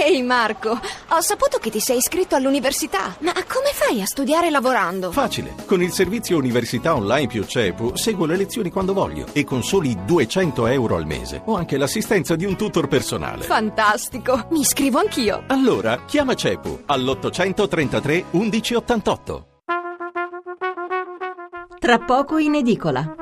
Ehi Marco, ho saputo che ti sei iscritto all'università. Ma come fai a studiare lavorando? Facile. Con il servizio Università Online più CEPU seguo le lezioni quando voglio e con soli 200 euro al mese ho anche l'assistenza di un tutor personale. Fantastico, mi iscrivo anch'io. Allora chiama CEPU all'833 1188. Tra poco in edicola.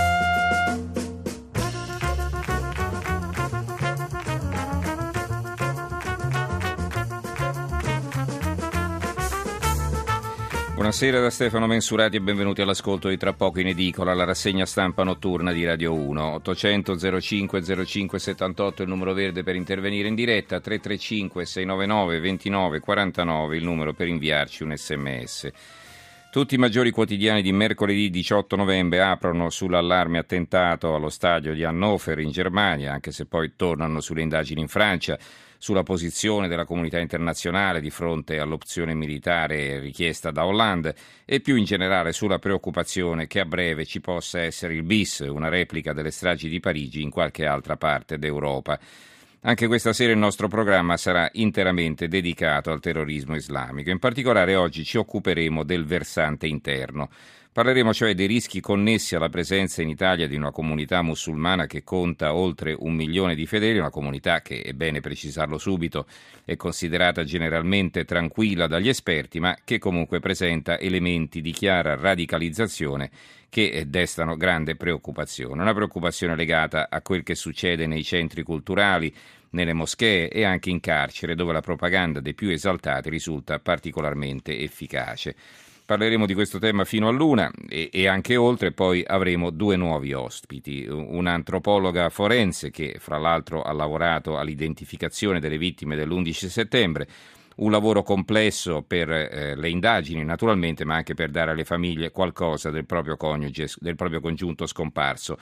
Buonasera da Stefano Mensurati e benvenuti all'ascolto di Tra poco in edicola, la rassegna stampa notturna di Radio 1. 800 05 05 78 il numero verde per intervenire in diretta, 335 699 29 49 il numero per inviarci un sms. Tutti i maggiori quotidiani di mercoledì 18 novembre aprono sull'allarme attentato allo stadio di Hannover in Germania, anche se poi tornano sulle indagini in Francia, sulla posizione della comunità internazionale di fronte all'opzione militare richiesta da Hollande e più in generale sulla preoccupazione che a breve ci possa essere il bis, una replica delle stragi di Parigi in qualche altra parte d'Europa. Anche questa sera il nostro programma sarà interamente dedicato al terrorismo islamico. In particolare oggi ci occuperemo del versante interno. Parleremo cioè dei rischi connessi alla presenza in Italia di una comunità musulmana che conta oltre 1 milione di fedeli, una comunità che, è bene precisarlo subito, è considerata generalmente tranquilla dagli esperti, ma che comunque presenta elementi di chiara radicalizzazione che destano grande preoccupazione. Una preoccupazione legata a quel che succede nei centri culturali, nelle moschee e anche in carcere, dove la propaganda dei più esaltati risulta particolarmente efficace. Parleremo di questo tema fino all'una e anche oltre, poi avremo 2 nuovi ospiti. Un'antropologa forense che fra l'altro ha lavorato all'identificazione delle vittime dell'11 settembre, un lavoro complesso per le indagini naturalmente, ma anche per dare alle famiglie qualcosa del proprio coniuge, del proprio congiunto scomparso.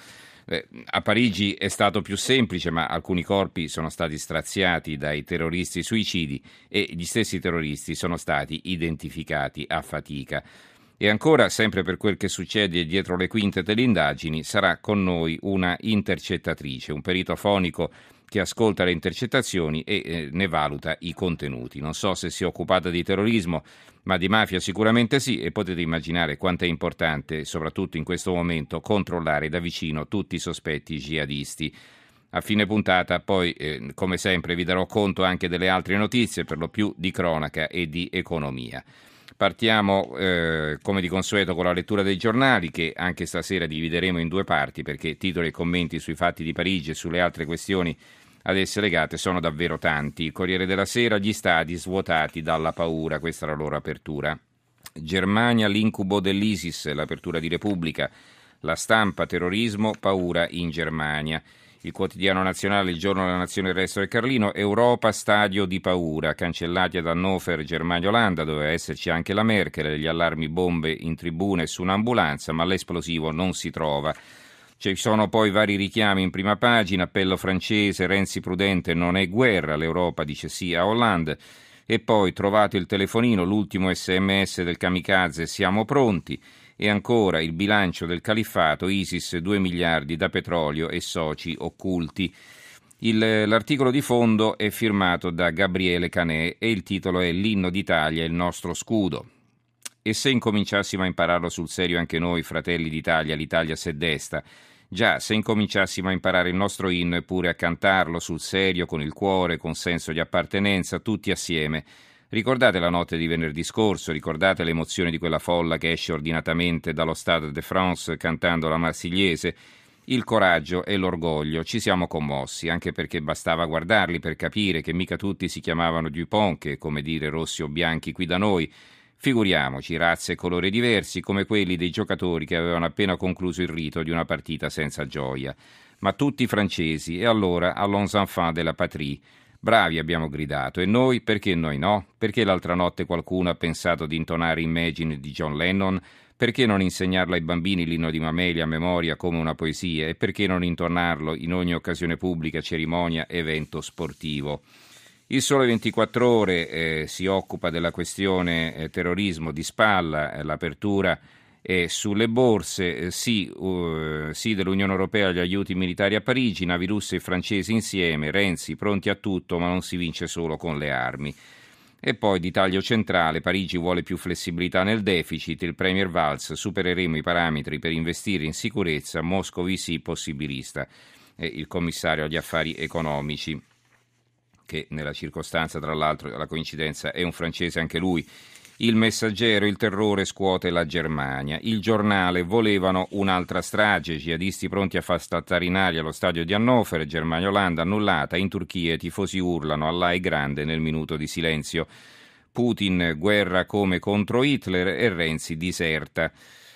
A Parigi è stato più semplice, ma alcuni corpi sono stati straziati dai terroristi suicidi e gli stessi terroristi sono stati identificati a fatica. E ancora, sempre per quel che succede dietro le quinte delle indagini, sarà con noi una intercettatrice, un perito fonico che ascolta le intercettazioni e ne valuta i contenuti. Non so se si è occupata di terrorismo, ma di mafia sicuramente sì, e potete immaginare quanto è importante, soprattutto in questo momento, controllare da vicino tutti i sospetti jihadisti. A fine puntata poi, come sempre, vi darò conto anche delle altre notizie, per lo più di cronaca e di economia. Partiamo, come di consueto, con la lettura dei giornali, che anche stasera divideremo in 2 parti, perché titoli e commenti sui fatti di Parigi e sulle altre questioni ad esse legate sono davvero tanti. Il Corriere della Sera, gli stadi svuotati dalla paura, questa è la loro apertura. Germania, l'incubo dell'ISIS, l'apertura di Repubblica. La Stampa, terrorismo, paura in Germania. Il quotidiano nazionale, il Giorno della Nazione, il Resto del Carlino, Europa, stadio di paura, cancellati ad Hannover, Germania, Olanda, doveva esserci anche la Merkel, gli allarmi bombe in tribune e su un'ambulanza, ma l'esplosivo non si trova. Ci sono poi vari richiami in prima pagina, appello francese, Renzi prudente, non è guerra, l'Europa dice sì a Hollande, e poi trovato il telefonino, l'ultimo sms del kamikaze, siamo pronti. E ancora il bilancio del califfato, ISIS 2 miliardi da petrolio e soci occulti. L'articolo di fondo è firmato da Gabriele Canè e il titolo è L'inno d'Italia, il nostro scudo. E se incominciassimo a impararlo sul serio anche noi, fratelli d'Italia, l'Italia se desta. Già, se incominciassimo a imparare il nostro inno e pure a cantarlo sul serio, con il cuore, con senso di appartenenza, tutti assieme. Ricordate la notte di venerdì scorso, ricordate l'emozione di quella folla che esce ordinatamente dallo Stade de France cantando la Marsigliese? Il coraggio e l'orgoglio, ci siamo commossi, anche perché bastava guardarli per capire che mica tutti si chiamavano Dupont, che è come dire rossi o bianchi qui da noi. Figuriamoci, razze e colori diversi, come quelli dei giocatori che avevano appena concluso il rito di una partita senza gioia. Ma tutti francesi, e allora allons enfants de la patrie. Bravi, abbiamo gridato, e noi perché noi no? Perché l'altra notte qualcuno ha pensato di intonare Imagine di John Lennon? Perché non insegnarlo ai bambini l'inno di Mameli a memoria come una poesia? E perché non intonarlo in ogni occasione pubblica, cerimonia, evento sportivo? Il Sole 24 Ore si occupa della questione terrorismo di spalla, l'apertura E sulle borse, sì dell'Unione Europea agli aiuti militari a Parigi, navi russe e francesi insieme, Renzi pronti a tutto ma non si vince solo con le armi. E poi di taglio centrale, Parigi vuole più flessibilità nel deficit, il premier Valls, supereremo i parametri per investire in sicurezza, Moscovici possibilista, e il commissario agli affari economici, che nella circostanza tra l'altro la coincidenza è un francese anche lui. Il Messaggero, il terrore scuote la Germania. Il Giornale, volevano un'altra strage, jihadisti pronti a far saltare in aria lo stadio di Hannover, Germania-Olanda annullata, in Turchia i tifosi urlano Allah è grande nel minuto di silenzio. Putin, guerra come contro Hitler e Renzi diserta.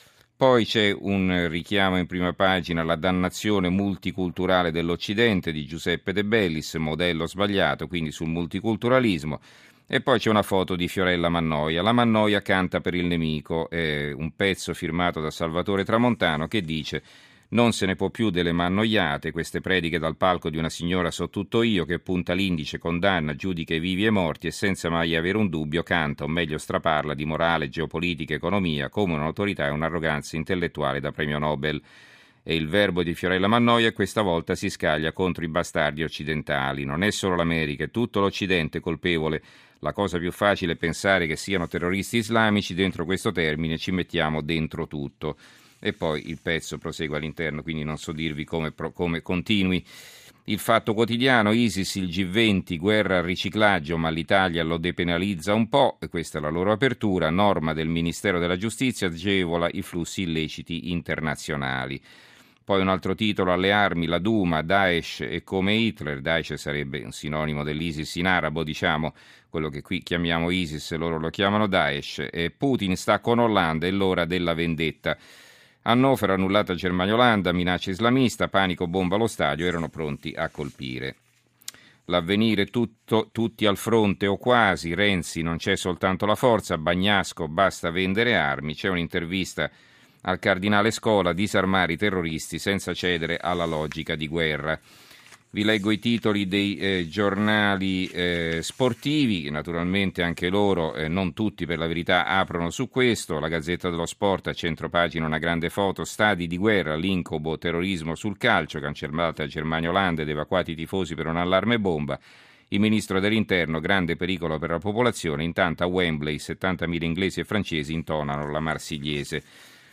Poi c'è un richiamo in prima pagina alla dannazione multiculturale dell'Occidente di Giuseppe De Bellis, modello sbagliato, quindi sul multiculturalismo. E poi c'è una foto di Fiorella Mannoia. La Mannoia canta per il nemico, un pezzo firmato da Salvatore Tramontano che dice: non se ne può più delle mannoiate, queste prediche dal palco di una signora so tutto io che punta l'indice, condanna, giudica i vivi e i morti e senza mai avere un dubbio canta, o meglio straparla, di morale, geopolitica, economia come un'autorità e un'arroganza intellettuale da premio Nobel. E il verbo di Fiorella Mannoia questa volta si scaglia contro i bastardi occidentali. Non è solo l'America, è tutto l'Occidente colpevole. La cosa più facile è pensare che siano terroristi islamici, dentro questo termine ci mettiamo dentro tutto. E poi il pezzo prosegue all'interno, quindi non so dirvi come continui. Il Fatto Quotidiano, ISIS, il G20, guerra al riciclaggio, ma l'Italia lo depenalizza un po', e questa è la loro apertura, norma del Ministero della Giustizia agevola i flussi illeciti internazionali. Poi un altro titolo, alle armi, la Duma, Daesh è come Hitler, Daesh sarebbe un sinonimo dell'ISIS in arabo, diciamo, quello che qui chiamiamo ISIS, loro lo chiamano Daesh, e Putin sta con Hollande, è l'ora della vendetta. Hannover annullata Germania-Olanda, minaccia islamista, panico bomba allo stadio, erano pronti a colpire. L'Avvenire, tutti al fronte o quasi, Renzi non c'è soltanto la forza, Bagnasco basta vendere armi, c'è un'intervista al cardinale Scola, disarmare i terroristi senza cedere alla logica di guerra. Vi leggo i titoli dei giornali sportivi, naturalmente anche loro, non tutti per la verità, aprono su questo. La Gazzetta dello Sport, a centropagina una grande foto, stadi di guerra, l'incubo, terrorismo sul calcio, cancellata Germania-Olanda ed evacuati i tifosi per un allarme bomba. Il ministro dell'Interno, grande pericolo per la popolazione, intanto a Wembley 70.000 inglesi e francesi intonano la Marsigliese.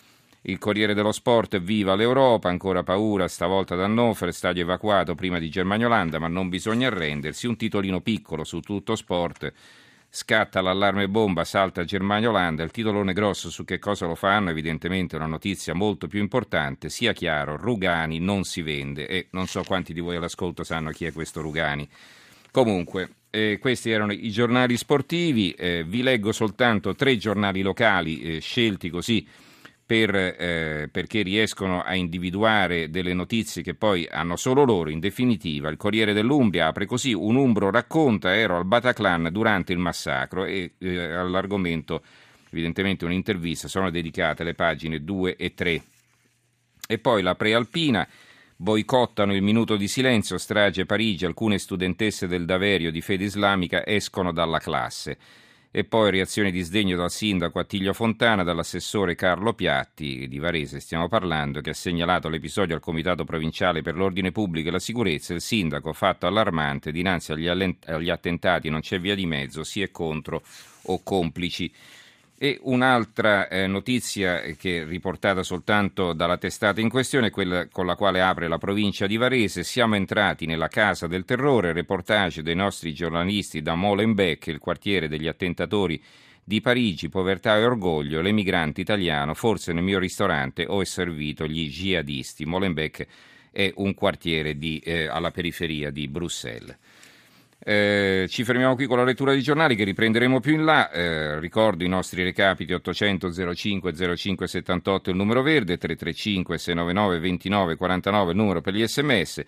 Il Corriere dello Sport, viva l'Europa, ancora paura, stavolta da Hannover, stadio evacuato prima di Germania-Olanda, ma non bisogna arrendersi, un titolino piccolo su Tutto Sport, scatta l'allarme bomba, salta Germania-Olanda, il titolone grosso su che cosa lo fanno, evidentemente una notizia molto più importante, sia chiaro, Rugani non si vende, e non so quanti di voi all'ascolto sanno chi è questo Rugani. Comunque, questi erano i giornali sportivi, vi leggo soltanto 3 giornali locali scelti così, perché riescono a individuare delle notizie che poi hanno solo loro. In definitiva, il Corriere dell'Umbria apre così: un umbro racconta ero al Bataclan durante il massacro, e all'argomento evidentemente un'intervista, sono dedicate le pagine 2 e 3. E poi la Prealpina, boicottano il minuto di silenzio, strage Parigi, alcune studentesse del Daverio di fede islamica escono dalla classe. E poi reazione di sdegno dal sindaco Attilio Fontana, dall'assessore Carlo Piatti, di Varese stiamo parlando, che ha segnalato l'episodio al Comitato Provinciale per l'Ordine Pubblico e la Sicurezza. Il sindaco, fatto allarmante, dinanzi agli attentati non c'è via di mezzo, si è contro o complici. E un'altra notizia che è riportata soltanto dalla testata in questione è quella con la quale apre la provincia di Varese. Siamo entrati nella casa del terrore, reportage dei nostri giornalisti da Molenbeek, il quartiere degli attentatori di Parigi, povertà e orgoglio, l'emigrante italiano, forse nel mio ristorante ho servito gli jihadisti. Molenbeek è un quartiere alla periferia di Bruxelles. Ci fermiamo qui con la lettura dei giornali che riprenderemo più in là. Ricordo i nostri recapiti: 800 05 05 78 il numero verde, 335 699 29 49 il numero per gli sms.